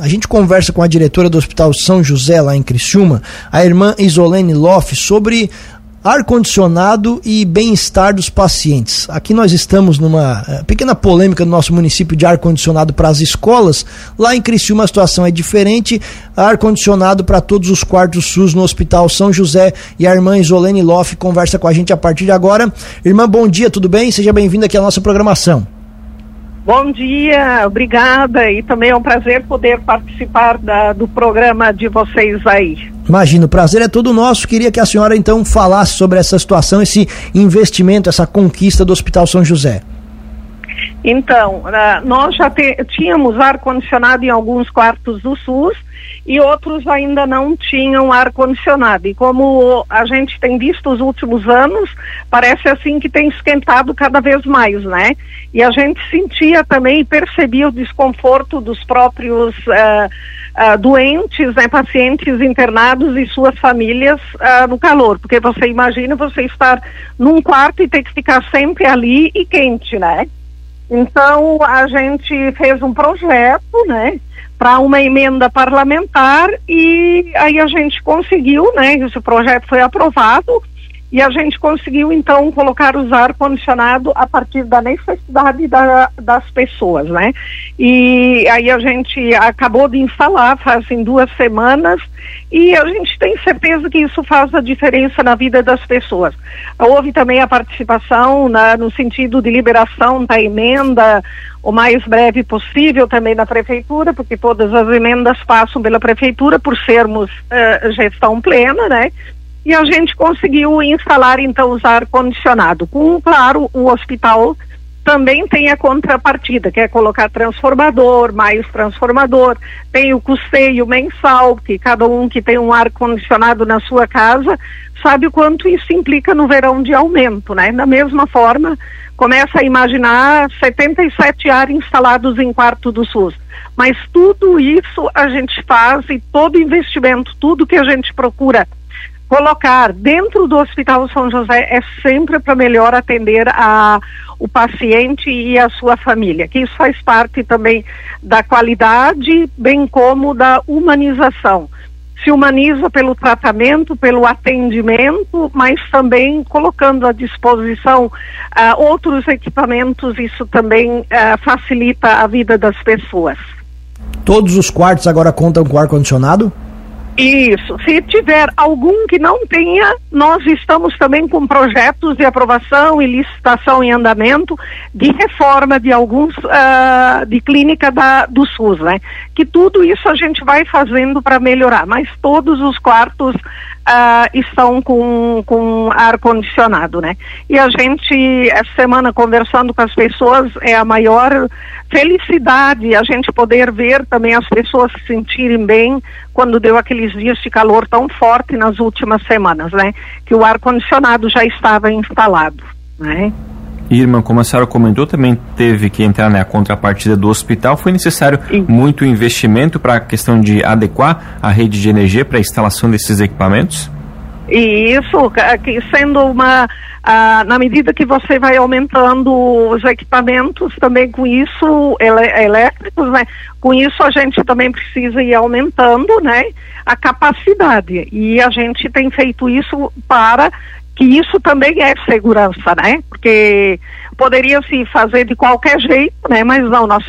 A gente conversa com a diretora do Hospital São José, lá em Criciúma, a irmã Isolene Loff, sobre ar-condicionado e bem-estar dos pacientes. Aqui nós estamos numa pequena polêmica no nosso município de ar-condicionado para as escolas. Lá em Criciúma a situação é diferente, ar-condicionado para todos os quartos SUS no Hospital São José, e a irmã Isolene Loff conversa com a gente a partir de agora. Irmã, bom dia, tudo bem? Seja bem-vinda aqui à nossa programação. Bom dia, obrigada, e também é um prazer poder participar do programa de vocês aí. Imagino, o prazer é todo nosso. Queria que a senhora então falasse sobre essa situação, esse investimento, essa conquista do Hospital São José. Então, nós já tínhamos ar-condicionado em alguns quartos do SUS e outros ainda não tinham ar-condicionado. E como a gente tem visto os últimos anos, parece assim que tem esquentado cada vez mais, né? E a gente sentia também e percebia o desconforto dos próprios doentes, né, pacientes internados e suas famílias no calor. Porque você imagina você estar num quarto e ter que ficar sempre ali e quente, né? Então, a gente fez um projeto, né, para uma emenda parlamentar, e aí a gente conseguiu, né, esse projeto foi aprovado, e a gente conseguiu, então, colocar o ar-condicionado a partir da necessidade das pessoas, né? E aí a gente acabou de instalar fazem 2 semanas, e a gente tem certeza que isso faz a diferença na vida das pessoas. Houve também a participação no sentido de liberação da emenda o mais breve possível também na prefeitura, porque todas as emendas passam pela prefeitura por sermos gestão plena, né? E a gente conseguiu instalar, então, o ar-condicionado. Claro, o hospital também tem a contrapartida, que é colocar transformador, mais transformador, tem o custeio mensal, que cada um que tem um ar-condicionado na sua casa sabe o quanto isso implica no verão de aumento, né? Da mesma forma, começa a imaginar 77 ar instalados em quarto do SUS. Mas tudo isso a gente faz, e todo investimento, tudo que a gente procura colocar dentro do Hospital São José é sempre para melhor atender o paciente e a sua família, que isso faz parte também da qualidade, bem como da humanização. Se humaniza pelo tratamento, pelo atendimento, mas também colocando à disposição outros equipamentos, isso também facilita a vida das pessoas. Todos os quartos agora contam com ar-condicionado? Isso, se tiver algum que não tenha, nós estamos também com projetos de aprovação e licitação em andamento de reforma de alguns de clínica do SUS, né? Que tudo isso a gente vai fazendo para melhorar, mas todos os quartos estão com ar-condicionado, né? E a gente, essa semana, conversando com as pessoas, é a maior felicidade a gente poder ver também as pessoas se sentirem bem quando deu aqueles dias de calor tão forte nas últimas semanas, né? Que o ar-condicionado já estava instalado, né? Irmã, como a senhora comentou, também teve que entrar na contrapartida do hospital. Foi necessário muito investimento para a questão de adequar a rede de energia para a instalação desses equipamentos? E isso, sendo na medida que você vai aumentando os equipamentos, também com isso, elétricos, né? Com isso a gente também precisa ir aumentando, né, a capacidade. E a gente tem feito isso para que isso também é segurança, né? Porque poderia se fazer de qualquer jeito, né? Mas não, nós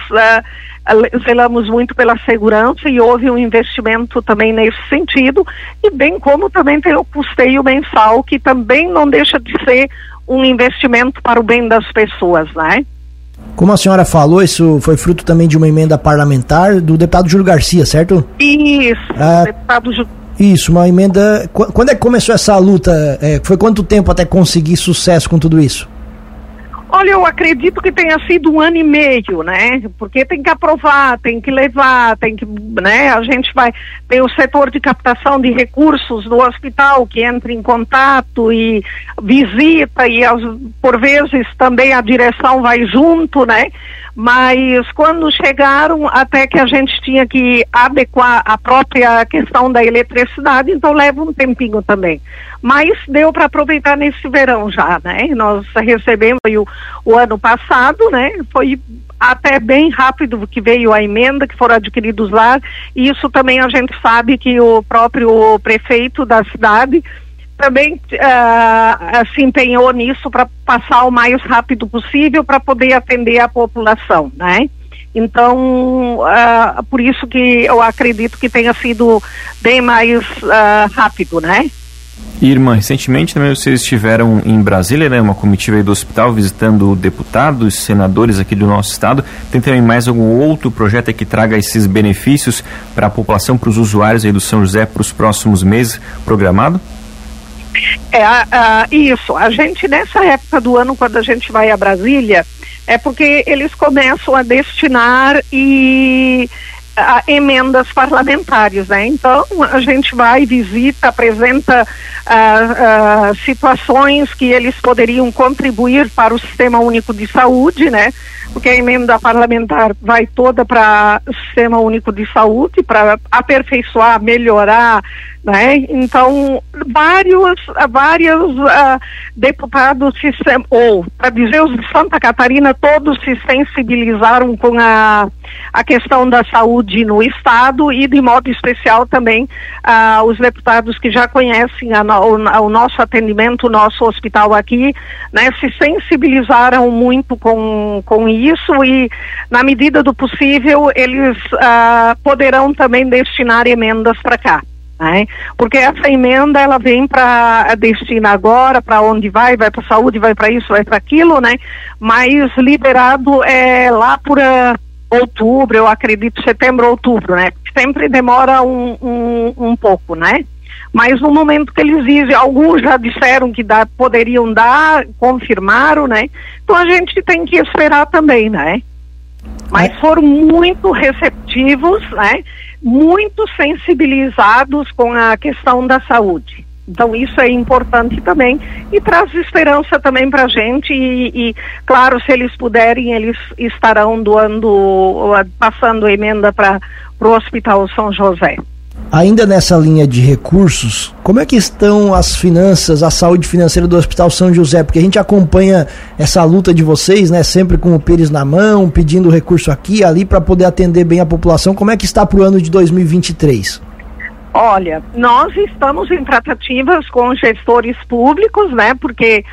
zelamos muito pela segurança, e houve um investimento também nesse sentido, e bem como também tem o custeio mensal, que também não deixa de ser um investimento para o bem das pessoas, né? Como a senhora falou, isso foi fruto também de uma emenda parlamentar do deputado Júlio Garcia, certo? Isso, deputado Júlio. Isso, uma emenda. Quando é que começou essa luta? Foi quanto tempo até conseguir sucesso com tudo isso? Olha, eu acredito que tenha sido 1 ano e meio, né? Porque tem que aprovar, tem que levar, tem que, né? A gente tem o setor de captação de recursos do hospital que entra em contato e visita, e por vezes também a direção vai junto, né? Mas quando chegaram, até que a gente tinha que adequar a própria questão da eletricidade, então leva um tempinho também. Mas deu para aproveitar nesse verão já, né? Nós recebemos o ano passado, né? Foi até bem rápido que veio a emenda, que foram adquiridos lá, e isso também a gente sabe que o próprio prefeito da cidade também se empenhou nisso para passar o mais rápido possível para poder atender a população, né? Então, por isso que eu acredito que tenha sido bem mais rápido, né? Irmã, recentemente também vocês estiveram em Brasília, né, uma comitiva aí do hospital, visitando deputados, senadores aqui do nosso estado. Tem também mais algum outro projeto aí que traga esses benefícios para a população, para os usuários aí do São José para os próximos meses programado? Isso, a gente nessa época do ano, quando a gente vai a Brasília, é porque eles começam a destinar emendas parlamentares, né? Então a gente vai, visita, apresenta situações que eles poderiam contribuir para o Sistema Único de Saúde, né? Porque a emenda parlamentar vai toda para o Sistema Único de Saúde, para aperfeiçoar, melhorar, né? Então vários deputados ou para dizer os de Santa Catarina, todos se sensibilizaram com a questão da saúde no estado e de modo especial também os deputados que já conhecem o nosso atendimento, o nosso hospital aqui, né, se sensibilizaram muito com isso e na medida do possível eles poderão também destinar emendas para cá. Né? Porque essa emenda ela vem para destinar agora, para onde vai para a saúde, vai para isso, vai para aquilo, né? Mas liberado lá por outubro, eu acredito, setembro, outubro, né? Sempre demora um pouco, né? Mas no momento que eles dizem, alguns já disseram que poderiam dar, confirmaram, né? Então a gente tem que esperar também, né? Mas foram muito receptivos, né? Muito sensibilizados com a questão da saúde. Então isso é importante também e traz esperança também para a gente e claro, se eles puderem, eles estarão passando emenda para o Hospital São José. Ainda nessa linha de recursos, como é que estão as finanças, a saúde financeira do Hospital São José? Porque a gente acompanha essa luta de vocês, né? Sempre com o Pires na mão, pedindo recurso aqui e ali para poder atender bem a população. Como é que está para o ano de 2023? Olha, nós estamos em tratativas com gestores públicos, né? Porque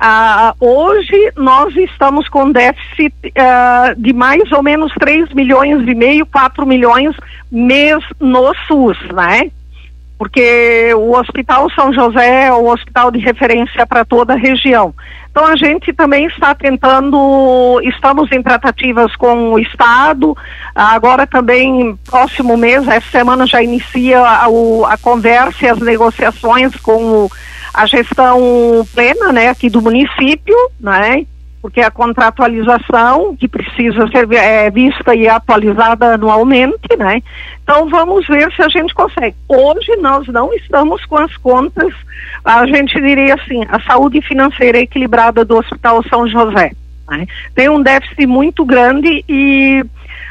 hoje nós estamos com déficit de mais ou menos 3,5 milhões, 4 milhões mês no SUS, né? Porque o Hospital São José é o hospital de referência para toda a região. Então a gente também está estamos em tratativas com o Estado, agora também, próximo mês, essa semana já inicia a conversa e as negociações com a gestão plena, né, aqui do município, né, porque a contratualização que precisa ser vista e atualizada anualmente, né, então vamos ver se a gente consegue. Hoje nós não estamos com as contas, a gente diria assim, a saúde financeira equilibrada do Hospital São José, né, tem um déficit muito grande e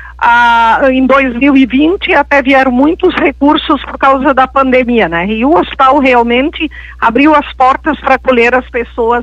em 2020 até vieram muitos recursos por causa da pandemia, né? E o hospital realmente abriu as portas para acolher as pessoas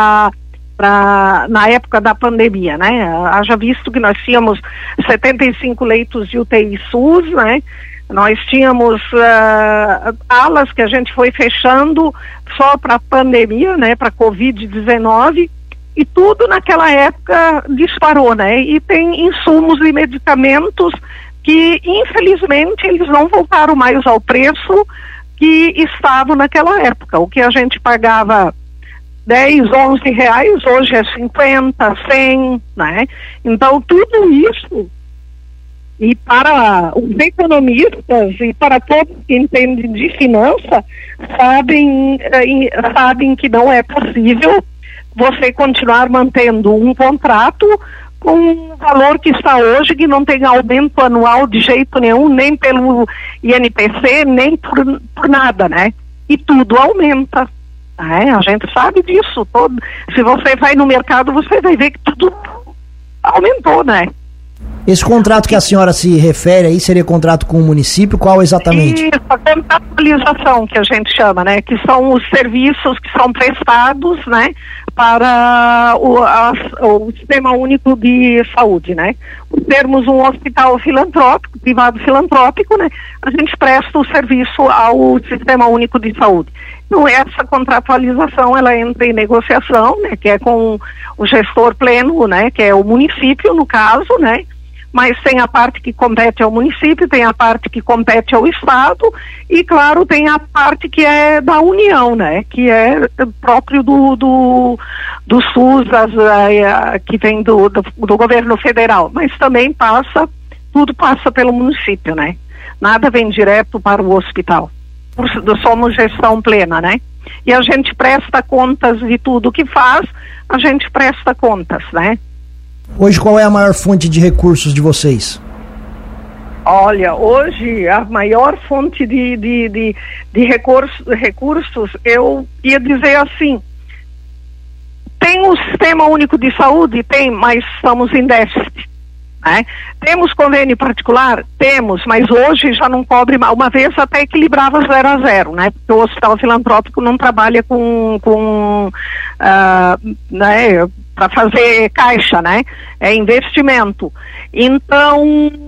na época da pandemia, né? Haja visto que nós tínhamos 75 leitos de UTI SUS, né? Nós tínhamos alas que a gente foi fechando só para a pandemia, né? Para Covid-19. E tudo naquela época disparou, né? E tem insumos e medicamentos que, infelizmente, eles não voltaram mais ao preço que estavam naquela época. O que a gente pagava 10, 11 reais, hoje é 50, 100, né? Então, tudo isso, e para os economistas e para todos que entendem de finança, sabem que não é possível você continuar mantendo um contrato com um valor que está hoje, que não tem aumento anual de jeito nenhum, nem pelo INPC, nem por nada, né? E tudo aumenta. A gente sabe disso. Se você vai no mercado, você vai ver que tudo aumentou, né? Esse contrato que a senhora se refere aí seria contrato com o município, qual exatamente? Isso, a contratualização que a gente chama, né? Que são os serviços que são prestados, né? para o Sistema Único de Saúde, né? Por termos um hospital filantrópico, privado filantrópico, né? A gente presta o serviço ao Sistema Único de Saúde. Então, essa contratualização, ela entra em negociação, né? Que é com o gestor pleno, né? Que é o município, no caso, né? Mas tem a parte que compete ao município, tem a parte que compete ao Estado e, claro, tem a parte que é da União, né? Que é próprio do SUS, que vem do governo federal. Mas também tudo passa pelo município, né? Nada vem direto para o hospital. Somos gestão plena, né? E a gente presta contas de tudo que faz, a gente presta contas, né? Hoje, qual é a maior fonte de recursos de vocês? Olha, hoje a maior fonte de recursos, eu ia dizer assim, tem o Sistema Único de Saúde? Tem, mas estamos em déficit, né? Temos convênio particular? Temos, mas hoje já não cobre mais. Uma vez até equilibrava 0 a 0, né? Porque o Hospital Filantrópico não trabalha né, para fazer caixa, né? É investimento. Então,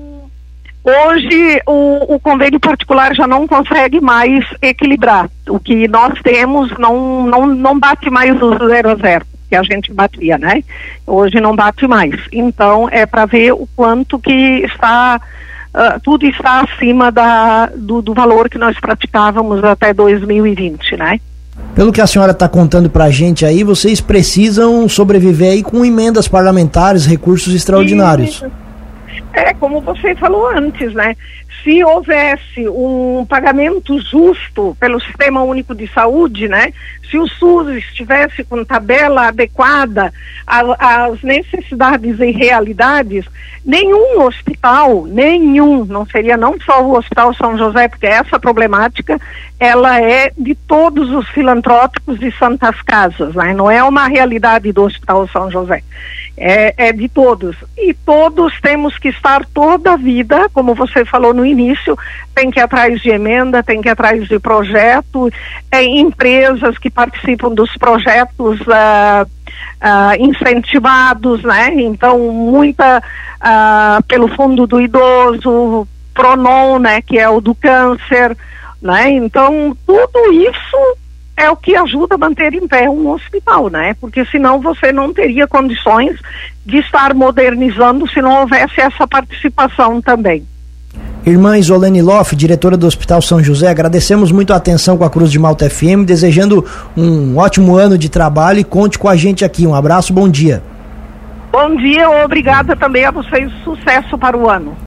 hoje o convênio particular já não consegue mais equilibrar. O que nós temos não bate mais os 0 a 0 que a gente batia, né? Hoje não bate mais. Então, é para ver o quanto que está, tudo está acima do valor que nós praticávamos até 2020, né? Pelo que a senhora está contando para a gente aí, vocês precisam sobreviver aí com emendas parlamentares, recursos extraordinários. Como você falou antes, né? Se houvesse um pagamento justo pelo Sistema Único de Saúde, né? Se o SUS estivesse com tabela adequada às necessidades e realidades, nenhum hospital, não seria não só o Hospital São José, porque essa problemática, ela é de todos os filantrópicos de Santas Casas, né? Não é uma realidade do Hospital São José. É de todos. E todos temos que estar toda a vida, como você falou no início, tem que ir atrás de emenda, tem que ir atrás de projeto, empresas que participam dos projetos incentivados, né? Então, muita pelo Fundo do Idoso, Pronon, né? Que é o do câncer, né? Então, tudo isso é o que ajuda a manter em pé um hospital, né? Porque senão você não teria condições de estar modernizando se não houvesse essa participação também. Irmã Isolene Loff, diretora do Hospital São José, agradecemos muito a atenção com a Cruz de Malta FM, desejando um ótimo ano de trabalho e conte com a gente aqui. Um abraço, bom dia. Bom dia, obrigada também a vocês, sucesso para o ano.